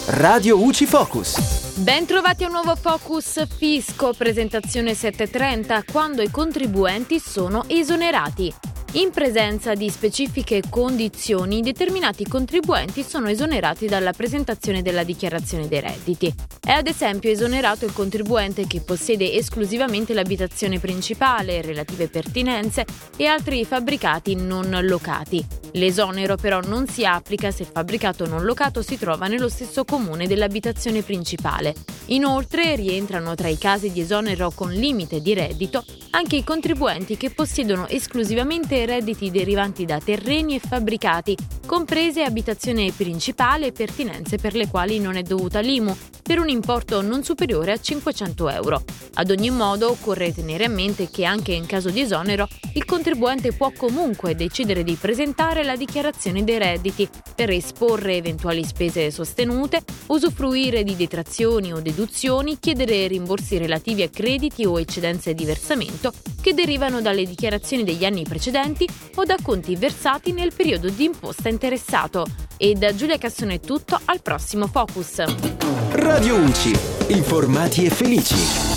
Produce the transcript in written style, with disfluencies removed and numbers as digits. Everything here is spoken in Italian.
Radio UCI Focus. Ben trovati a un nuovo Focus Fisco, presentazione 7:30, quando i contribuenti sono esonerati. In presenza di specifiche condizioni, determinati contribuenti sono esonerati dalla presentazione della dichiarazione dei redditi. È ad esempio esonerato il contribuente che possiede esclusivamente l'abitazione principale, relative pertinenze e altri fabbricati non locati. L'esonero però non si applica se il fabbricato non locato si trova nello stesso comune dell'abitazione principale. Inoltre rientrano tra i casi di esonero con limite di reddito anche i contribuenti che possiedono esclusivamente redditi derivanti da terreni e fabbricati, comprese abitazione principale e pertinenze per le quali non è dovuta l'IMU, per un importo non superiore a 500 euro. Ad ogni modo, occorre tenere a mente che anche in caso di esonero, il contribuente può comunque decidere di presentare la dichiarazione dei redditi per esporre eventuali spese sostenute, usufruire di detrazioni o deduzioni, chiedere rimborsi relativi a crediti o eccedenze di versamento che derivano dalle dichiarazioni degli anni precedenti o da conti versati nel periodo di imposta interessato. E da Giulia Cassone è tutto, al prossimo Focus. Radio UCI, informati e felici.